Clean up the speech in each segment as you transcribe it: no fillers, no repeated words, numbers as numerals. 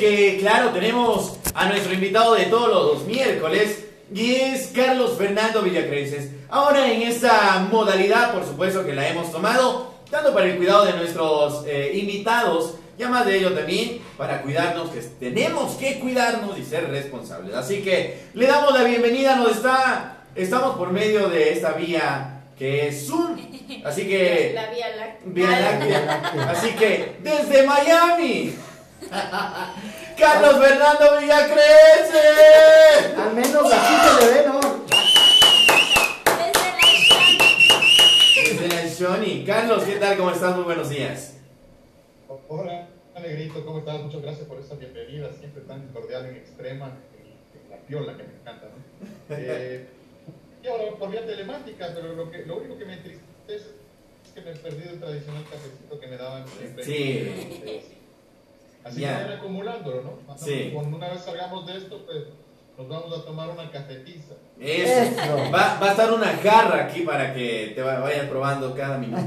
que, claro, tenemos a nuestro invitado de todos los miércoles y es Carlos Fernando Villacreces. Ahora en esta modalidad, por supuesto que la hemos tomado, tanto para el cuidado de nuestros invitados, y además de ello también para cuidarnos, que tenemos que cuidarnos y ser responsables. Así que le damos la bienvenida, estamos por medio de esta vía que es Zoom. Así que... La Vía Láctea. Vía Láctea. Así que desde Miami, Carlos Fernando Villacreces. Al menos así se le ve, ¿no? Desde la Shoni. Carlos, ¿qué tal? ¿Cómo estás? Muy buenos días. Hola, Negrito, ¿cómo estás? Muchas gracias por esa bienvenida, siempre tan cordial en extrema, en la piola que me encanta, ¿no? Y ahora por vía telemática, pero lo único que me entristece es que me he perdido el tradicional cafecito que me daban siempre. Sí. Así Ya. que vayan acumulándolo, ¿no? Sí. Cuando una vez salgamos de esto, pues nos vamos a tomar una cafetiza. Eso. Va a estar una jarra aquí para que te vayas probando cada minuto.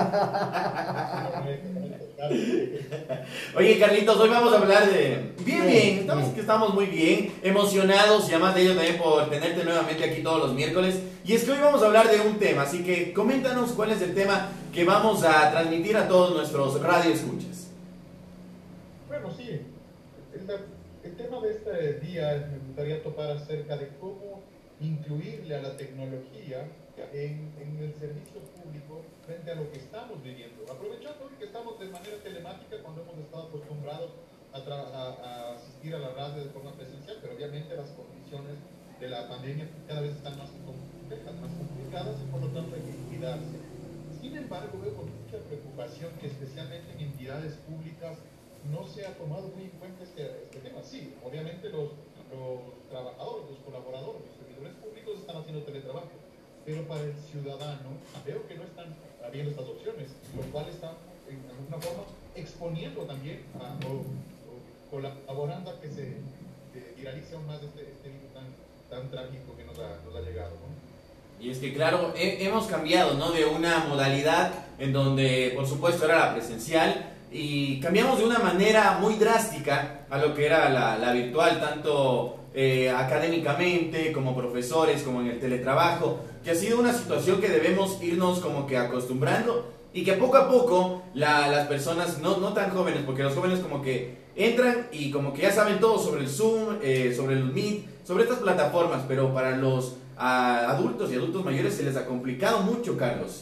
Oye, Carlitos, hoy vamos a hablar de... Bien, estamos muy bien, emocionados y además de ello también por tenerte nuevamente aquí todos los miércoles. Y es que hoy vamos a hablar de un tema, así que coméntanos cuál es el tema que vamos a transmitir a todos nuestros radioescuchas. Bueno, sí, el tema de este día me gustaría topar acerca de cómo incluirle a la tecnología en el servicio público frente a lo que estamos viviendo. Aprovechando que estamos de manera telemática cuando hemos estado acostumbrados a asistir a la radio de forma presencial, pero obviamente las condiciones de la pandemia cada vez están más complejas, más complicadas y por lo tanto hay que cuidarse. Sin embargo, veo con mucha preocupación que especialmente en entidades públicas no se ha tomado muy en cuenta este tema. Sí, obviamente los trabajadores, los colaboradores, los servidores públicos están haciendo teletrabajo, pero para el ciudadano veo que no están habiendo estas opciones, lo cual está en alguna forma exponiendo también o colaborando a que se viralice aún más este virus tan trágico que nos ha llegado, ¿no? Y es que claro, hemos cambiado, ¿no? De una modalidad en donde por supuesto era la presencial y cambiamos de una manera muy drástica a lo que era la virtual, tanto académicamente como profesores, como en el teletrabajo, que ha sido una situación que debemos irnos como que acostumbrando y que poco a poco las personas no tan jóvenes, porque los jóvenes como que entran y como que ya saben todo sobre el Zoom, sobre el Meet, sobre estas plataformas, pero para los adultos y adultos mayores se les ha complicado mucho, Carlos.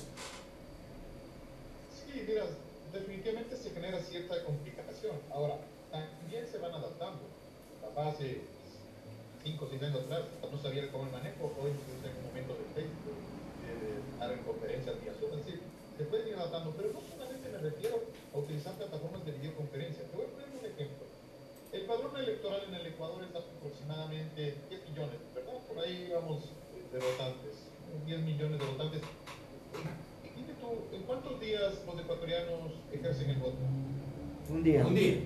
Sí, mira, definitivamente se genera cierta complicación. Ahora, también se van adaptando. Capaz hace 5 o 6 años atrás no sabía cómo el manejo, hoy es en un momento de Facebook, de estar en conferencias vía Zoom, es decir, se pueden ir adaptando, pero no solamente me refiero a utilizar plataformas de videoconferencia. Te voy a poner un ejemplo. El padrón electoral en el Ecuador es aproximadamente 10 millones, ¿verdad? Por ahí vamos de votantes, 10 millones de votantes. Dime tú, ¿en cuántos días los ecuatorianos ejercen el voto? Un día. Un día.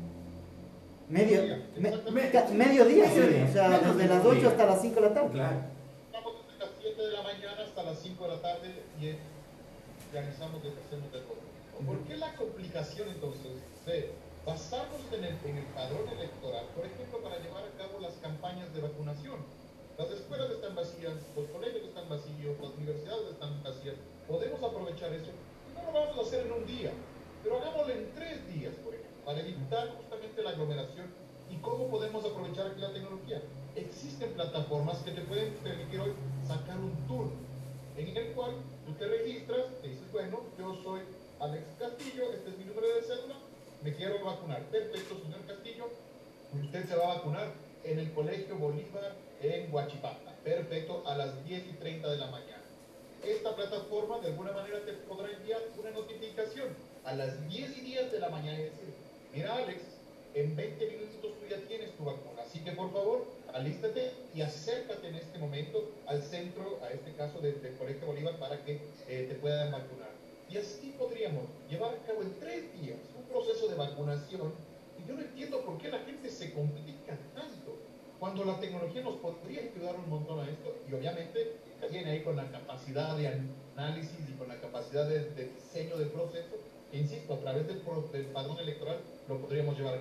Mediodía, sí, o sea, desde las 8 hasta las 5 de la tarde. Claro. Estamos desde las 7 de la mañana hasta las 5 de la tarde y realizamos, ejercemos el voto. ¿Por qué la complicación entonces de basarnos en el padrón electoral, por ejemplo, para llevar a cabo las campañas de vacunación? Las escuelas están vacías, los colegios están vacíos, las universidades están vacías. Podemos aprovechar eso. No lo vamos a hacer en un día, pero hagámoslo en 3 días, por ejemplo, para evitar justamente la aglomeración. ¿Y cómo podemos aprovechar aquí la tecnología? Existen plataformas que te pueden permitir hoy sacar un turno, en el cual tú te registras, te dices, bueno, yo soy Alex Castillo, este es mi número de cédula, me quiero vacunar. Perfecto, señor Castillo, usted se va a vacunar en el Colegio Bolívar en Huachipata. Perfecto, a las 10:30 de la mañana. Esta plataforma de alguna manera te podrá enviar una notificación a las 10:10 de la mañana y decir, mira Alex, en 20 minutos tú ya tienes tu vacuna, así que por favor, alístate y acércate en este momento al centro, a este caso del Colegio Bolívar, para que te puedan vacunar. Y así podríamos llevar a cabo en 3 días un proceso de vacunación. Y yo no entiendo por qué la gente se complica tanto, cuando la tecnología nos podría ayudar un montón a esto, y obviamente viene ahí con la capacidad de análisis y con la capacidad de diseño del proceso, que insisto, a través del padrón electoral lo podríamos llevar a cabo.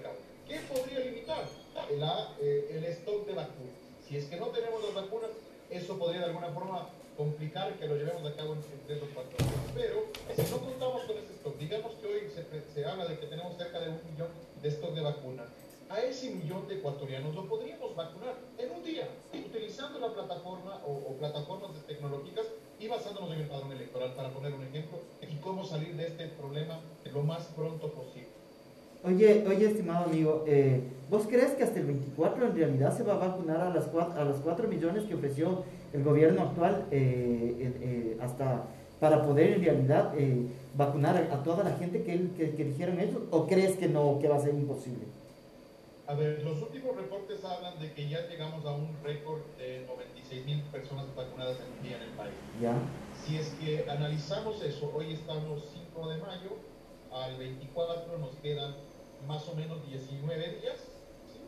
¿Qué podría limitar? El stock de vacunas. Si es que no tenemos las vacunas, eso podría de alguna forma complicar que lo llevemos a cabo en 3 o 4 años. Pero si no contamos con ese stock, digamos que hoy se habla de que tenemos cerca de 1 millón de stock de vacunas, a ese millón de ecuatorianos lo podríamos vacunar en un día, utilizando la plataforma o plataformas tecnológicas y basándonos en el padrón electoral, para poner un ejemplo, y cómo salir de este problema lo más pronto posible. Oye, estimado amigo, ¿vos crees que hasta el 24 en realidad se va a vacunar a los 4 millones que ofreció el gobierno actual hasta para poder en realidad vacunar a toda la gente que dijeron ellos? ¿O crees que no, que va a ser imposible? A ver, los últimos reportes hablan de que ya llegamos a un récord de 96.000 personas vacunadas en un día en el país. ¿Ya? Si es que analizamos eso, hoy estamos 5 de mayo, al 24 nos quedan más o menos 19 días. ¿Sí?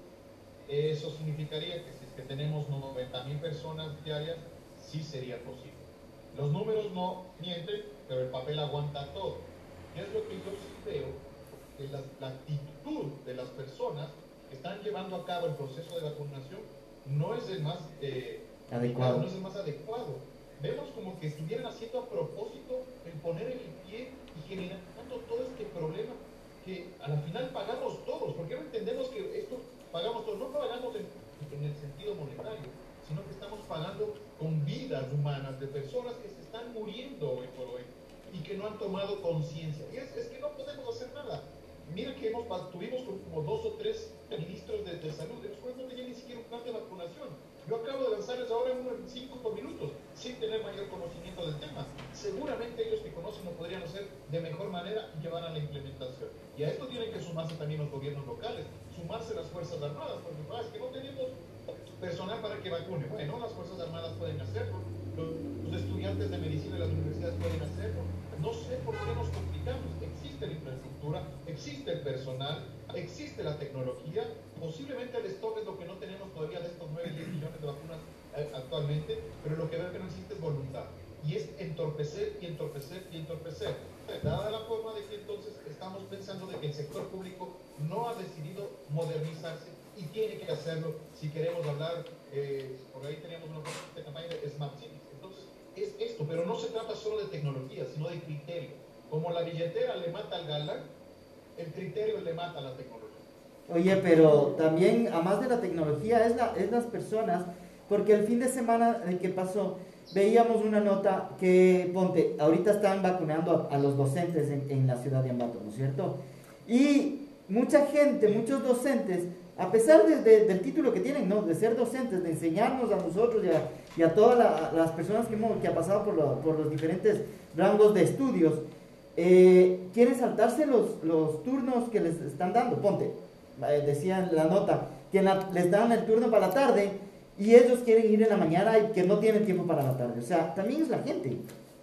Eso significaría que si es que tenemos 90.000 personas diarias, sí sería posible. Los números no mienten, pero el papel aguanta todo. ¿Qué es lo que yo sí veo? Que la actitud de las personas que están llevando a cabo el proceso de vacunación no es el más adecuado. No es el más adecuado. Vemos como que estuvieran haciendo a propósito el poner el pie y generando todo este problema que a la final pagamos todos, porque no entendemos que esto pagamos todos, no pagamos en el sentido monetario, sino que estamos pagando con vidas humanas de personas que se están muriendo hoy por hoy y que no han tomado conciencia. Y es que no podemos hacer nada. Mira que tuvimos como 2 o 3 ministros de salud, después no tenían ni siquiera un plan de vacunación. Yo acabo de lanzarles ahora uno en 5 minutos, sin tener mayor conocimiento del tema. Seguramente ellos que conocen lo podrían hacer de mejor manera y llevar a la implementación. Y a esto tienen que sumarse también los gobiernos locales, sumarse las Fuerzas Armadas, porque es que no tenemos personal para que vacune. Bueno, las Fuerzas Armadas pueden hacerlo, los estudiantes de medicina de las universidades pueden hacerlo. No sé por qué nos complicamos. Existe la infraestructura, existe el personal, existe la tecnología. Posiblemente el stock es lo que no tenemos todavía de estos 9 y 10 millones de vacunas actualmente, pero lo que veo que no existe es voluntad. Y es entorpecer y entorpecer y entorpecer. Dada la forma de que entonces estamos pensando de que el sector público no ha decidido modernizarse y tiene que hacerlo si queremos hablar, por ahí teníamos una campaña de Smart Cities. Entonces, es esto, pero no se trata solo de tecnología, sino de criterio. Como la billetera le mata al galán, el criterio le mata a la tecnología. Oye, pero también, a más de la tecnología, es las personas, porque el fin de semana que pasó, veíamos una nota que, ponte, ahorita están vacunando a los docentes en la ciudad de Ambato, ¿no es cierto? Y mucha gente, muchos docentes, a pesar del título que tienen, ¿no? De ser docentes, de enseñarnos a nosotros y a todas las personas que han pasado por los diferentes rangos de estudios, quieren saltarse los turnos que les están dando. Ponte, decía en la nota, que les dan el turno para la tarde y ellos quieren ir en la mañana y que no tienen tiempo para la tarde. O sea, también es la gente.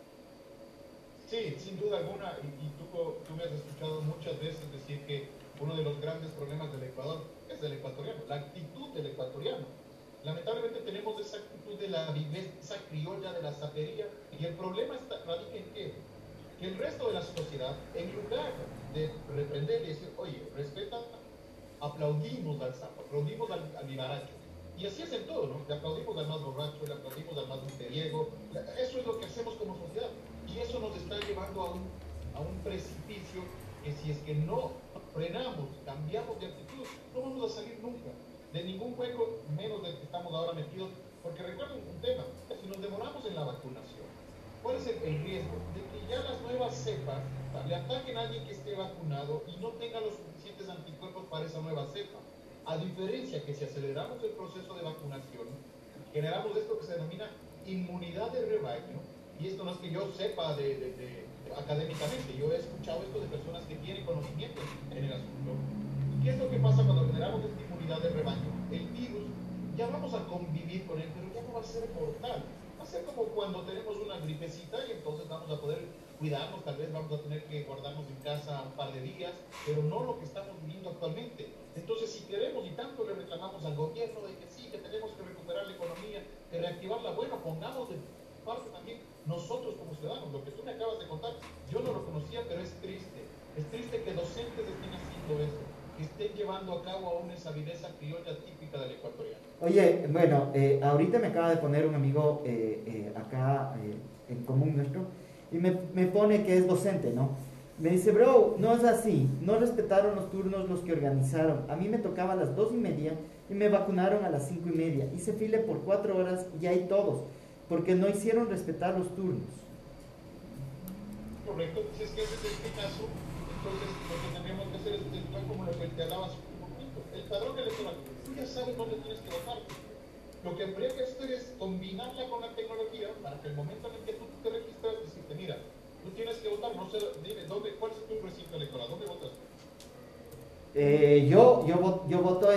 Sí, sin duda alguna, y tú me has escuchado muchas veces decir que uno de los grandes problemas del Ecuador es el ecuatoriano, la actitud del ecuatoriano. Lamentablemente tenemos esa actitud de la viveza criolla, de la sapería, y el problema radica en que el resto de la sociedad, en lugar de reprender y decir, oye, respeta, aplaudimos al sapo, aplaudimos al vivaracho. Y así es en todo, ¿no? Le aplaudimos al más borracho, le aplaudimos al más mujeriego. Eso es lo que hacemos como sociedad. Y eso nos está llevando a un precipicio que si es que no frenamos, cambiamos de actitud, no vamos a salir nunca de ningún hueco, menos del que estamos ahora metidos. Porque recuerden un tema, si nos demoramos en la vacunación, ¿cuál es el riesgo? De que ya las nuevas cepas le ataquen a alguien que esté vacunado y no tenga los suficientes anticuerpos para esa nueva cepa. A diferencia que si aceleramos el proceso de vacunación, generamos esto que se denomina inmunidad de rebaño, y esto no es que yo sepa académicamente, yo he escuchado esto de personas que tienen conocimiento en el asunto. ¿Qué es lo que pasa cuando generamos esta inmunidad de rebaño? El virus, ya vamos a convivir con él, pero ya no va a ser mortal. Va a ser como cuando tenemos una gripecita y entonces vamos a poder cuidarnos, tal vez vamos a tener que guardarnos en casa un par de días, pero no lo que estamos viviendo actualmente. Entonces, si queremos y tanto le reclamamos al gobierno de que sí, que tenemos que recuperar la economía, que reactivarla, bueno, pongamos de parte también nosotros como ciudadanos. Lo que tú me acabas de contar, yo no lo conocía, pero es triste. Es triste que docentes estén haciendo eso. que estén llevando a cabo aún esa viveza criolla típica del ecuatoriano. Oye, bueno, ahorita me acaba de poner un amigo acá en común nuestro y me pone que es docente, ¿no? Me dice, bro, no es así, no respetaron los turnos los que organizaron. A mí me tocaba a las 2:30 y me vacunaron a las 5:30. Hice fila por 4 horas y hay todos, porque no hicieron respetar los turnos. Correcto, si es que ese es este caso, entonces lo que tendríamos que hacer es actuar como lo que te hablaba hace un momento. El padrón electoral, tú ya sabes dónde tienes que votar. Lo que habría que hacer es combinarla con la tecnología para que el momento en el que tú te registras, decirte, mira, tú tienes que votar, no sé, dime, ¿cuál es tu recinto electoral? ¿Dónde votas? Yo voto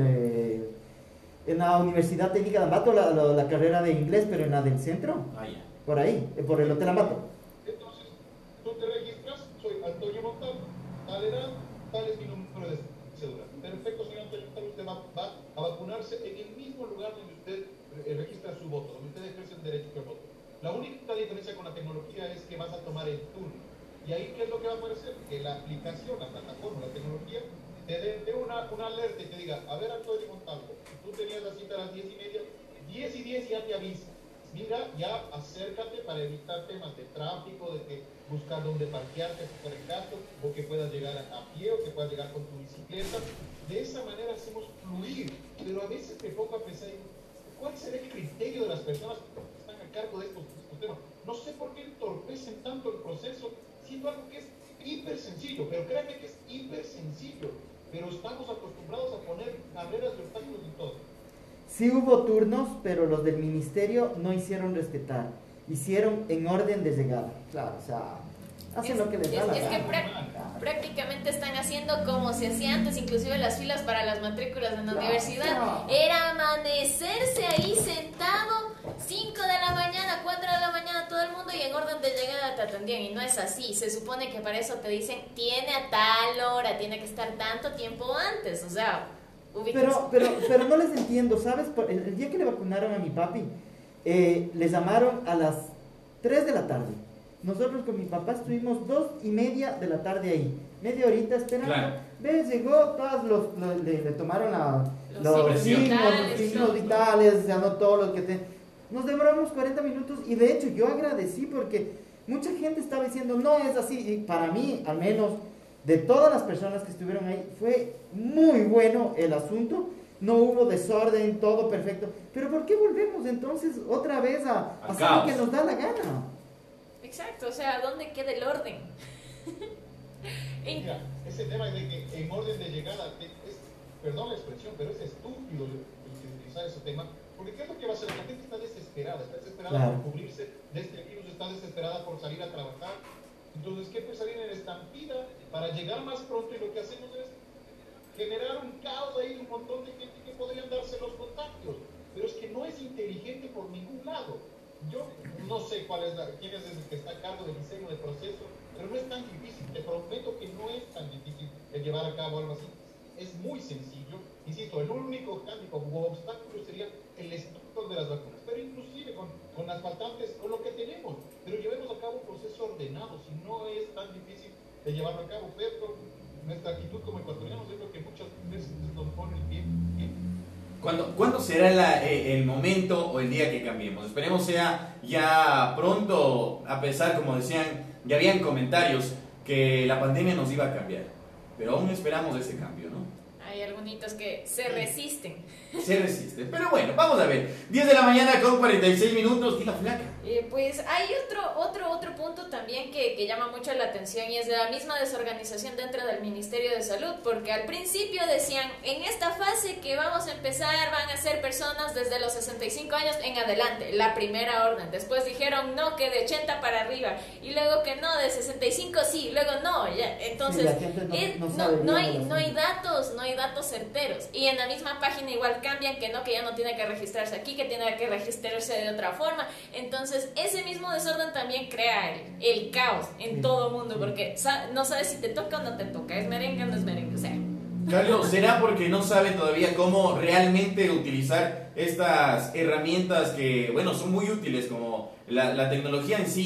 en la Universidad Técnica de Ambato, la carrera de inglés, pero en la del centro. Ah, ya. Por ahí, por el Hotel Ambato. Entonces, tú te registras, soy Antonio Montalvo, tal edad, tal es mi número de cédula. Perfecto, señor Antonio Montalvo, usted va a vacunarse en el mismo lugar donde usted registra su voto, donde usted ejerce el derecho al voto. La única diferencia con la tecnología es que vas a tomar el turno. Y ahí, ¿qué es lo que va a aparecer? Que la aplicación, la plataforma, la tecnología, te dé una alerta y te diga, a ver, Antonio Montalvo, tú tenías la cita a las 10:30, 10:10 ya te avisa. Mira, ya acércate para evitar temas de tráfico, de que buscar dónde parquearte, si fuera el caso, o que puedas llegar a pie, o que puedas llegar con tu bicicleta. De esa manera hacemos fluir, pero a veces me pongo a pensar, ¿cuál será el criterio de las personas que están a cargo de estos temas? No sé por qué entorpecen tanto el proceso, siendo algo que es hiper sencillo, pero créanme que es hiper sencillo, pero estamos acostumbrados a poner barreras y obstáculos en todo. Sí hubo turnos, pero los del ministerio no hicieron respetar, hicieron en orden de llegada. Claro, o sea, hacen lo que les da la gana. Es que prácticamente están haciendo como se hacía antes, inclusive las filas para las matrículas en la universidad. Era amanecerse ahí sentado, 5 de la mañana, 4 de la mañana, todo el mundo, y en orden de llegada te atendían. Y no es así. Se supone que para eso te dicen, tiene a tal hora, tiene que estar tanto tiempo antes. O sea, pero no les entiendo, ¿sabes? El día que le vacunaron a mi papi, les llamaron a las 3 de la tarde. Nosotros con mi papá estuvimos 2:30 de la tarde ahí, media horita esperando. Claro. ¿Ves? Llegó, todos le tomaron los signos vitales, ya no todos los que Nos demoramos 40 minutos y de hecho yo agradecí porque mucha gente estaba diciendo, no es así. Y para mí, al menos, de todas las personas que estuvieron ahí, fue muy bueno el asunto. No hubo desorden, todo perfecto. Pero ¿por qué volvemos entonces otra vez a hacer lo que nos da la gana? Exacto, o sea, ¿dónde queda el orden? Mira, ese tema de que en orden de llegada, perdón la expresión, pero es estúpido utilizar ese tema, porque ¿qué es lo que va a hacer? La gente está desesperada por cubrirse de este virus, está desesperada por salir a trabajar. Entonces, ¿qué puede salir en estampida para llegar más pronto? Y lo que hacemos es generar un caos ahí, un montón de gente que podrían darse los contagios. Pero es que no es inteligente por ningún lado. Yo no sé quién es el que está a cargo del diseño del proceso, pero no es tan difícil. Te prometo que no es tan difícil de llevar a cabo algo así. Es muy sencillo. Insisto, el único cambio o obstáculo sería el stock de las vacunas. Pero inclusive con las faltantes, con lo que tenemos. Pero llevemos a cabo un proceso ordenado. Si no es tan difícil de llevarlo a cabo. Pero nuestra actitud como ecuatorianos es lo que muchas veces nos pone el pie. ¿Cuándo será el momento o el día que cambiemos? Esperemos sea ya pronto, a pesar, como decían, ya habían comentarios que la pandemia nos iba a cambiar, pero aún esperamos ese cambio, ¿no? Hay algunos que se resisten. Se resisten, pero bueno, vamos a ver. 10 de la mañana con 46 minutos, ¿y la flaca? Pues hay otro punto también que llama mucho la atención y es de la misma desorganización dentro del Ministerio de Salud, porque al principio decían, en esta fase que vamos a empezar van a ser personas desde los 65 años en adelante, la primera orden. Después dijeron no, que de 80 para arriba, y luego que no, de 65 sí, luego no, ya. Entonces no hay datos certeros, y en la misma página igual cambian que ya no tiene que registrarse aquí, que tiene que registrarse de otra forma. Entonces ese mismo desorden también crea el caos en todo mundo, porque no sabes si te toca o no te toca, es merengue o no es merengue, o sea. Carlos, ¿será porque no saben todavía cómo realmente utilizar estas herramientas que, bueno, son muy útiles, como la tecnología en sí,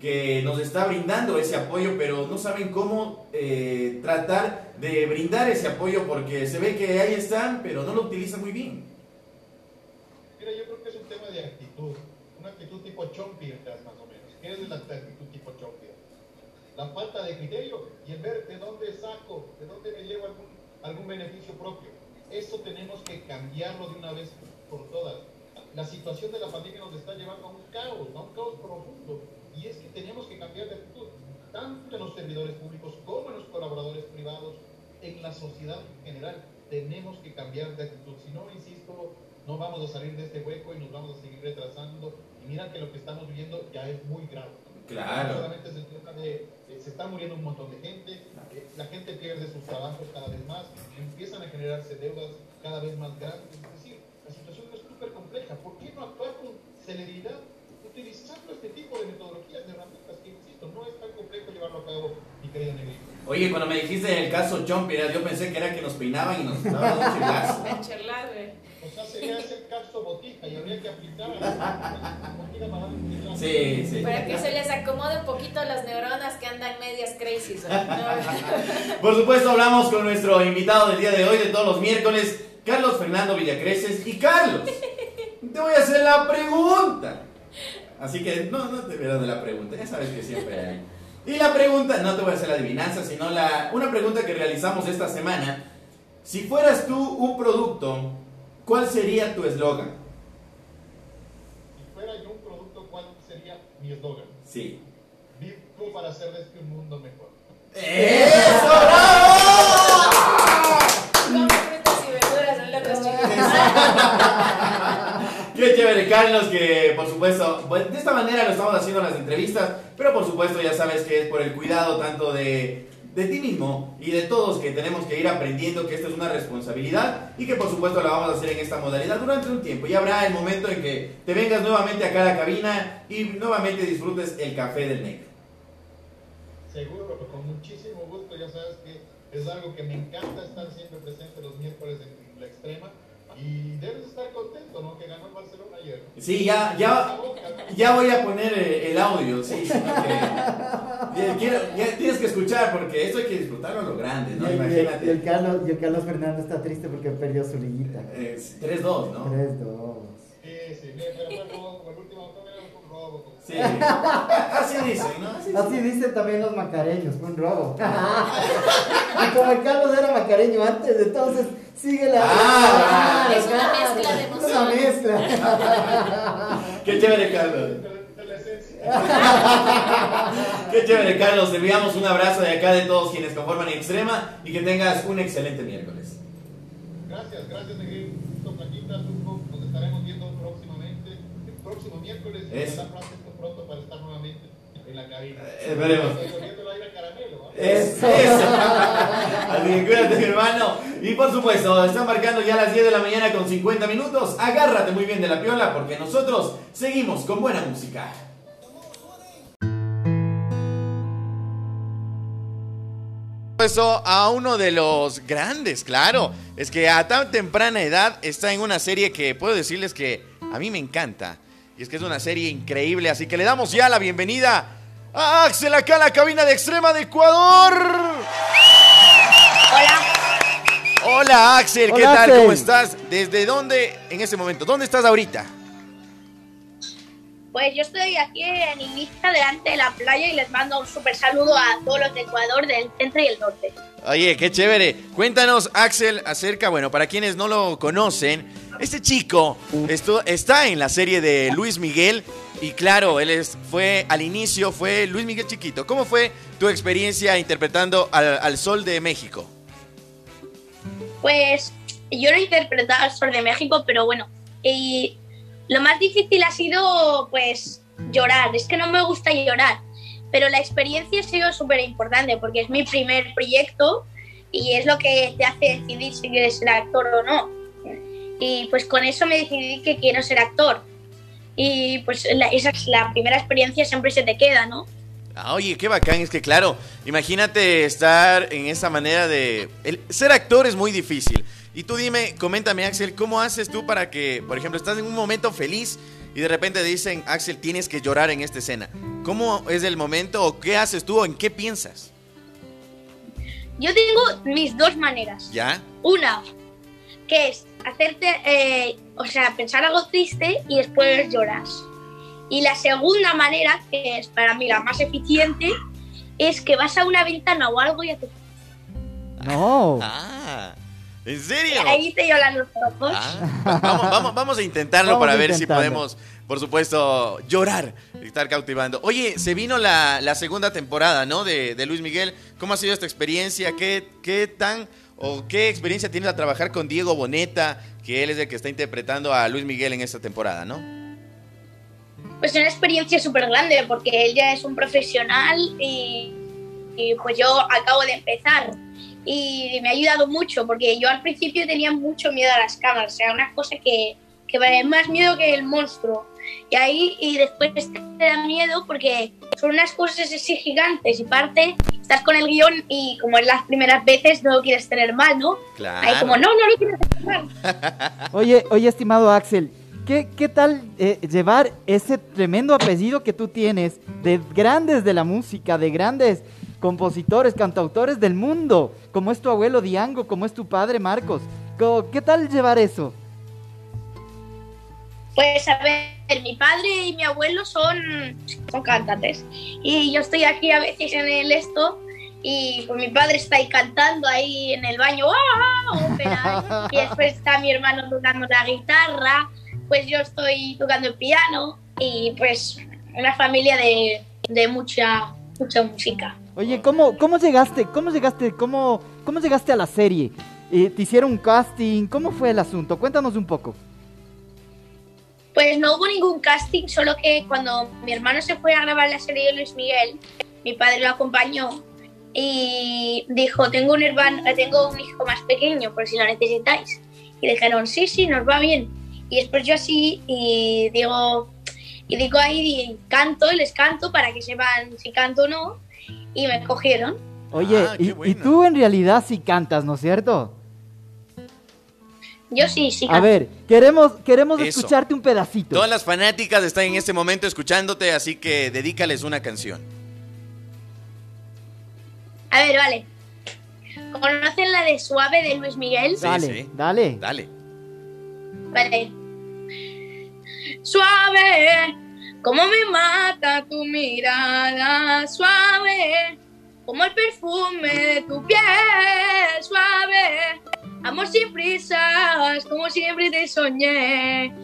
que nos está brindando ese apoyo, pero no saben cómo tratar de brindar ese apoyo porque se ve que ahí están, pero no lo utilizan muy bien. Mira, yo creo que es un tema de actitud, una actitud tipo Chompiras más o menos. ¿Qué es la actitud tipo Chompiras? La falta de criterio y el ver de dónde saco, de dónde me llevo algún beneficio propio. Eso tenemos que cambiarlo de una vez por todas. La situación de la pandemia nos está llevando a un caos profundo. Y es que tenemos que cambiar de actitud, tanto en los servidores públicos como en los colaboradores privados, en la sociedad en general. Tenemos que cambiar de actitud. Si no, insisto, no vamos a salir de este hueco y nos vamos a seguir retrasando. Y mira que lo que estamos viviendo ya es muy grave. Claro. No solamente se trata de, se está muriendo un montón de gente, la gente pierde sus trabajos cada vez más, empiezan a generarse deudas cada vez más grandes. Es decir, la situación es súper compleja. ¿Por qué no actuar con celeridad, utilizando este tipo de metodologías, de herramientas que, insisto, no es tan complejo llevarlo a cabo, mi querida Negrita? Oye, cuando me dijiste en el caso Chompiras, yo pensé que era que nos peinaban y nos daban un chilazo. O sea, sería ese caso botija y habría que aplicar a botija para darle un chilazo. Sí, sí. Para que se les acomode un poquito las neuronas que andan medias crazy. ¿No? Por supuesto, hablamos con nuestro invitado del día de hoy, de todos los miércoles, Carlos Fernando Villacreces. Y Carlos, te voy a hacer la pregunta. Así que no te pierdas de la pregunta, ya sabes que siempre hay. Y la pregunta, no te voy a hacer la adivinanza, sino una pregunta que realizamos esta semana. Si fueras tú un producto, ¿cuál sería tu eslogan? Si fuera yo un producto, ¿cuál sería mi eslogan? Sí. Vivo para hacer de este un mundo mejor. ¡Eso, bravo! Come frutas y verduras en letras chiquitas. Qué chévere, Carlos, que por supuesto, de esta manera lo estamos haciendo en las entrevistas, pero por supuesto ya sabes que es por el cuidado tanto de ti mismo y de todos, que tenemos que ir aprendiendo que esto es una responsabilidad y que por supuesto la vamos a hacer en esta modalidad durante un tiempo. Y habrá el momento en que te vengas nuevamente acá a la cabina y nuevamente disfrutes el café del negro. Seguro, con muchísimo gusto. Ya sabes que es algo que me encanta estar siempre presente los miércoles en la extrema. Y debes estar contento, ¿no? Que ganó el Barcelona ayer. Sí, ya voy a poner el audio, sí, sino que ya tienes que escuchar porque esto hay que disfrutarlo a lo grande, ¿no? Imagínate. Y el Carlos Fernando está triste porque perdió su liguita. 3-2, ¿no? 3-2. Sí, pero fue robo, el último automóvil fue un robo. Sí, así dicen, ¿no? Así dicen también los macareños, fue un robo. Y como el Carlos era macareño antes, entonces sigue la... Es una mezcla de emociones. Una mezcla. Qué chévere, Carlos. De la esencia. Qué chévere, Carlos. Te enviamos un abrazo de acá de todos quienes conforman Extrema y que tengas un excelente miércoles. Gracias, Negrito, Plaquita, Tuco. Nos estaremos viendo próximamente, el próximo miércoles. Y Eso. estar pronto para estar nuevamente en la cabina. Veremos. Estoy oliendo el aire a caramelo, ¿no? Eso. Así que cuídate, mi hermano. Y por supuesto, están marcando ya las 10 de la mañana con 50 minutos. Agárrate muy bien de la piola porque nosotros seguimos con buena música. Eso a uno de los grandes, claro. Es que a tan temprana edad está en una serie que puedo decirles que a mí me encanta. Y es que es una serie increíble, así que le damos ya la bienvenida a Axel acá a la cabina de Extrema de Ecuador. Hola, Hola Axel, ¿qué Hola, tal? Axel. ¿Cómo estás? ¿Desde dónde en este momento? ¿Dónde estás ahorita? pues yo estoy aquí en Ibiza, delante de la playa, y les mando un súper saludo a todos los de Ecuador, del centro y el norte. Oye, qué chévere. Cuéntanos, Axel, acerca, bueno, para quienes no lo conocen, este chico está en la serie de Luis Miguel y claro, fue al inicio, fue Luis Miguel chiquito. ¿Cómo fue tu experiencia interpretando al Sol de México? Pues yo no he interpretado al Sol de México, pero bueno, y lo más difícil ha sido pues llorar. Es que no me gusta llorar, pero la experiencia ha sido súper importante porque es mi primer proyecto y es lo que te hace decidir si quieres ser actor o no. Y pues con eso me decidí que quiero ser actor. Y pues esa es la primera experiencia, siempre se te queda, ¿no? Ah, oye, qué bacán, es que claro, imagínate estar en esa manera de... ser actor es muy difícil. Y tú coméntame, Axel, ¿cómo haces tú para que, por ejemplo, estás en un momento feliz y de repente dicen, Axel, tienes que llorar en esta escena. ¿Cómo es el momento o qué haces tú o en qué piensas? Yo tengo mis dos maneras. ¿Ya? Una, que es hacerte, pensar algo triste y después lloras. Y la segunda manera, que es para mí la más eficiente, es que vas a una ventana o algo y a tu... No. Ah, ¿en serio? Ahí te lloran los ojos. Vamos a intentarlo Vamos para a ver si intentarlo. podemos, por supuesto, llorar y estar cautivando. Oye, se vino la segunda temporada, ¿no? De Luis Miguel. ¿Cómo ha sido esta experiencia? ¿Qué experiencia tienes a trabajar con Diego Boneta, que él es el que está interpretando a Luis Miguel en esta temporada, ¿no? Pues una experiencia súper grande, porque él ya es un profesional y pues yo acabo de empezar. Y me ha ayudado mucho, porque yo al principio tenía mucho miedo a las cámaras, o sea, una cosa que me da más miedo que el monstruo. Y después te da miedo porque son unas cosas así gigantes y parte, estás con el guión y como en las primeras veces no lo quieres tener mal, ¿no? Claro. Ahí como, no lo quieres tener mal. Oye, estimado Axel, ¿qué tal llevar ese tremendo apellido que tú tienes de grandes de la música, de grandes compositores, cantautores del mundo, como es tu abuelo Diango, como es tu padre Marcos? ¿Qué tal llevar eso? Pues a ver, mi padre y mi abuelo son cantantes y yo estoy aquí a veces en el y pues mi padre está ahí cantando ahí en el baño, ópera, y después está mi hermano tocando la guitarra, pues yo estoy tocando el piano y pues una familia de mucha música. Oye, ¿cómo llegaste a la serie? ¿Te hicieron un casting? ¿Cómo fue el asunto? Cuéntanos un poco. Pues no hubo ningún casting, solo que cuando mi hermano se fue a grabar la serie de Luis Miguel, mi padre lo acompañó y dijo, tengo un hijo más pequeño por si lo necesitáis. Y dijeron, sí, nos va bien. Y después yo así, y digo ahí, les canto para que sepan si canto o no, y me cogieron. Oye, qué bueno. y tú en realidad sí cantas, ¿no es cierto? Yo sí A ver, queremos Eso. escucharte un pedacito. Todas las fanáticas están en este momento escuchándote, así que dedícales una canción. A ver, vale. ¿Conocen la de Suave de Luis Miguel? Sí, Dale, sí. dale. Dale. Vale. Suave, como me mata tu mirada, suave, como el perfume de tu piel, suave, amor sin prisas, como siempre te soñé,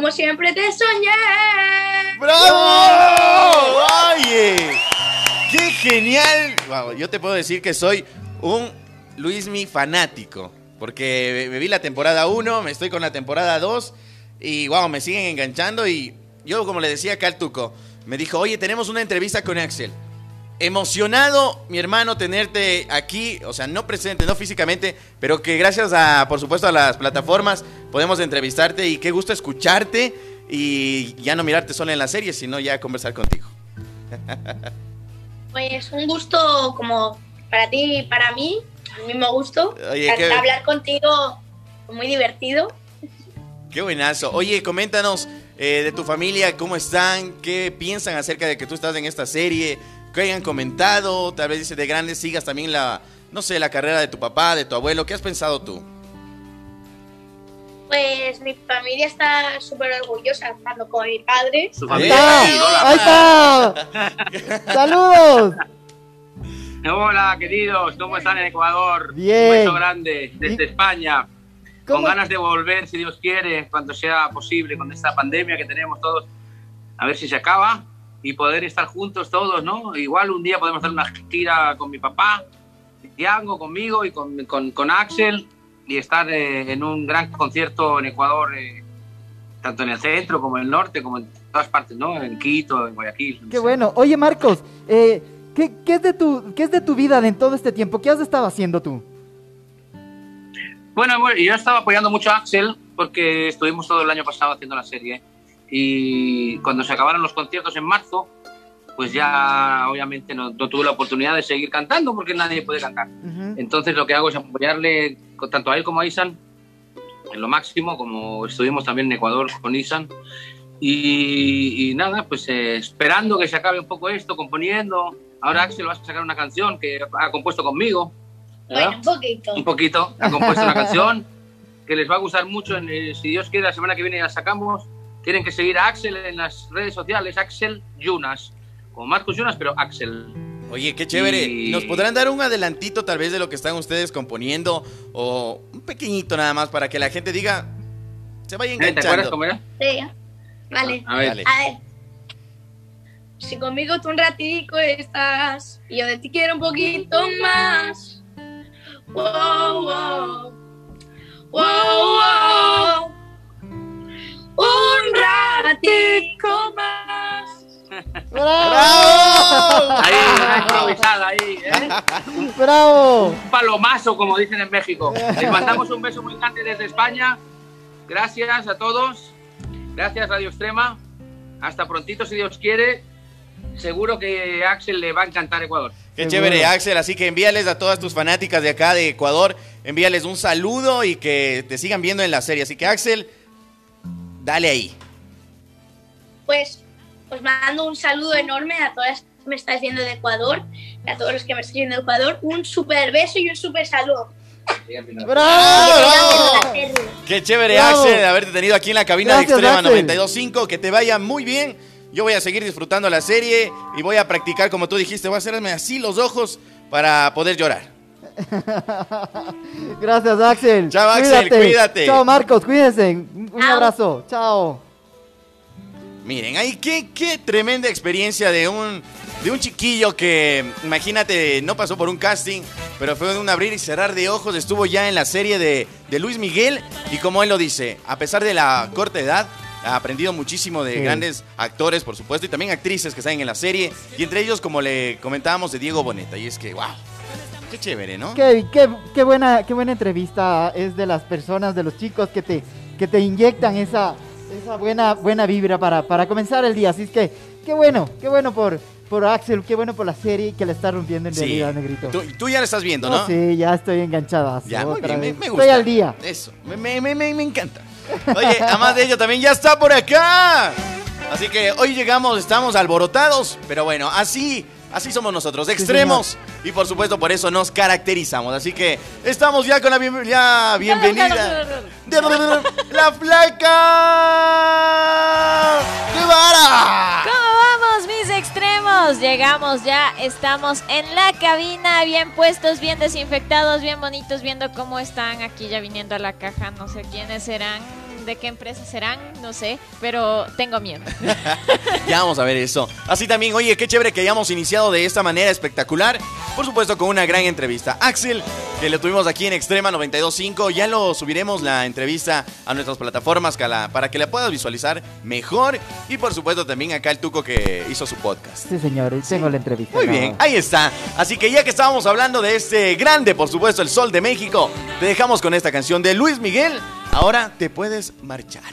¡Bravo! ¡Oye! ¡Qué genial! Wow, yo te puedo decir que soy un Luismi fanático, porque me vi la temporada 1, me estoy con la temporada 2 y wow, me siguen enganchando y yo, como le decía acá al Tuco, me dijo, oye, tenemos una entrevista con Axel. Emocionado, mi hermano, tenerte aquí, o sea, no presente, no físicamente, pero que gracias por supuesto, a las plataformas podemos entrevistarte y qué gusto escucharte y ya no mirarte solo en la serie, sino ya conversar contigo. Pues un gusto como para ti y para mí, el mismo gusto. Oye, hablar contigo, muy divertido. Qué buenazo. Oye, coméntanos de tu familia, cómo están, qué piensan acerca de que tú estás en esta serie, qué hayan comentado, tal vez dice de grande sigas también la carrera de tu papá, de tu abuelo. ¿Qué has pensado tú? Pues mi familia está súper orgullosa, estando con mi padre. Su ¡Ahí familia. está! ¡Ahí está! ¡Saludos! Hola, queridos, ¿cómo están en Ecuador? Bien. Un beso grande desde ¿Y España. cómo? Con ganas de volver, si Dios quiere, cuando sea posible, con esta pandemia que tenemos todos, a ver si se acaba y poder estar juntos todos, ¿no? Igual un día podemos hacer una gira con mi papá, Diango, conmigo y con Axel y estar en un gran concierto en Ecuador, tanto en el centro como en el norte, como en todas partes, ¿no? En Quito, en Guayaquil. ¡Qué bueno! Oye, Marcos, ¿qué es de tu vida en todo este tiempo? ¿Qué has estado haciendo tú? Bueno, yo estaba apoyando mucho a Axel porque estuvimos todo el año pasado haciendo la serie y cuando se acabaron los conciertos en marzo, pues ya obviamente no tuve la oportunidad de seguir cantando porque nadie puede cantar. Uh-huh. Entonces lo que hago es apoyarle tanto a él como a Isan en lo máximo, como estuvimos también en Ecuador con Isan. Y nada, pues esperando que se acabe un poco esto, componiendo. Ahora Axel va a sacar una canción que ha compuesto conmigo. Bueno, un poquito. Ha compuesto una canción que les va a gustar mucho. Si Dios quiere, la semana que viene la sacamos. Tienen que seguir a Axel en las redes sociales, Axel Yunas, como Marcos Yunas, pero Axel. Oye, qué chévere. ¿Nos podrán dar un adelantito tal vez de lo que están ustedes componiendo? O un pequeñito nada más para que la gente diga, se vaya enganchando. ¿Te acuerdas cómo era? Sí, vale. A ver. Dale. A ver. Si conmigo tú un ratico estás y yo de ti quiero un poquito más. Wow, wow. Wow, wow. Un ratico más. ¡Bravo! Ahí, una improvisada ahí, ¿eh? ¡Bravo! Un palomazo, como dicen en México. Les mandamos un beso muy grande desde España. Gracias a todos. Gracias, Radio Extrema. Hasta prontito, si Dios quiere. Seguro que a Axel le va a encantar Ecuador. Qué chévere, Axel. Así que envíales a todas tus fanáticas de acá de Ecuador, envíales un saludo y que te sigan viendo en la serie. Así que, Axel, dale ahí. Pues mando un saludo enorme a todas las que me estáis viendo de Ecuador, a todos los que me estáis viendo de Ecuador. Un súper beso y un súper saludo. ¡Bravo! Qué chévere, Bravo. Axel, de haberte tenido aquí en la cabina Gracias, de Extrema Axel. 92.5. Que te vaya muy bien. Yo voy a seguir disfrutando la serie y voy a practicar, como tú dijiste, voy a hacerme así los ojos para poder llorar. Gracias, Axel. Chao, Axel, cuídate. Chao, Marcos, cuídense. Un Chao. abrazo. Chao. Miren, ahí qué tremenda experiencia de un chiquillo que, imagínate, no pasó por un casting, pero fue de un abrir y cerrar de ojos, estuvo ya en la serie de Luis Miguel y como él lo dice, a pesar de la corta edad, ha aprendido muchísimo de grandes actores, por supuesto, y también actrices que salen en la serie, y entre ellos, como le comentábamos, de Diego Boneta, y es que, wow, qué chévere, ¿no? Qué buena entrevista es de las personas, de los chicos que te inyectan esa buena vibra para comenzar el día. Así es que qué bueno por Axel, qué bueno por la serie que le está rompiendo en realidad, Negrito. Tú ya la estás viendo, ¿no? Sí, ya estoy enganchada. Ya, muy bien, me gusta. Estoy al día. Eso, me encanta. Oye, además de ello, también ya está por acá. Así que hoy llegamos, estamos alborotados, pero bueno, así somos nosotros, extremos, y por supuesto por eso nos caracterizamos. Así que estamos ya con la bienvenida de la flaca Guevara. ¿Cómo vamos, mis extremos? Llegamos ya, estamos en la cabina, bien puestos, bien desinfectados, bien bonitos, viendo cómo están aquí ya viniendo a la caja. No sé quiénes serán, de qué empresa serán, no sé, pero tengo miedo. Ya vamos a ver eso. Así también, oye, qué chévere que hayamos iniciado de esta manera espectacular. Por supuesto, con una gran entrevista. Axel, que lo tuvimos aquí en Extrema 92.5. Ya lo subiremos la entrevista a nuestras plataformas para que la puedas visualizar mejor. Y por supuesto, también acá el Tuco que hizo su podcast. Sí, señor, tengo la entrevista. Muy bien, ahí está. Así que ya que estábamos hablando de este grande, por supuesto, el Sol de México, te dejamos con esta canción de Luis Miguel. Ahora te puedes marchar.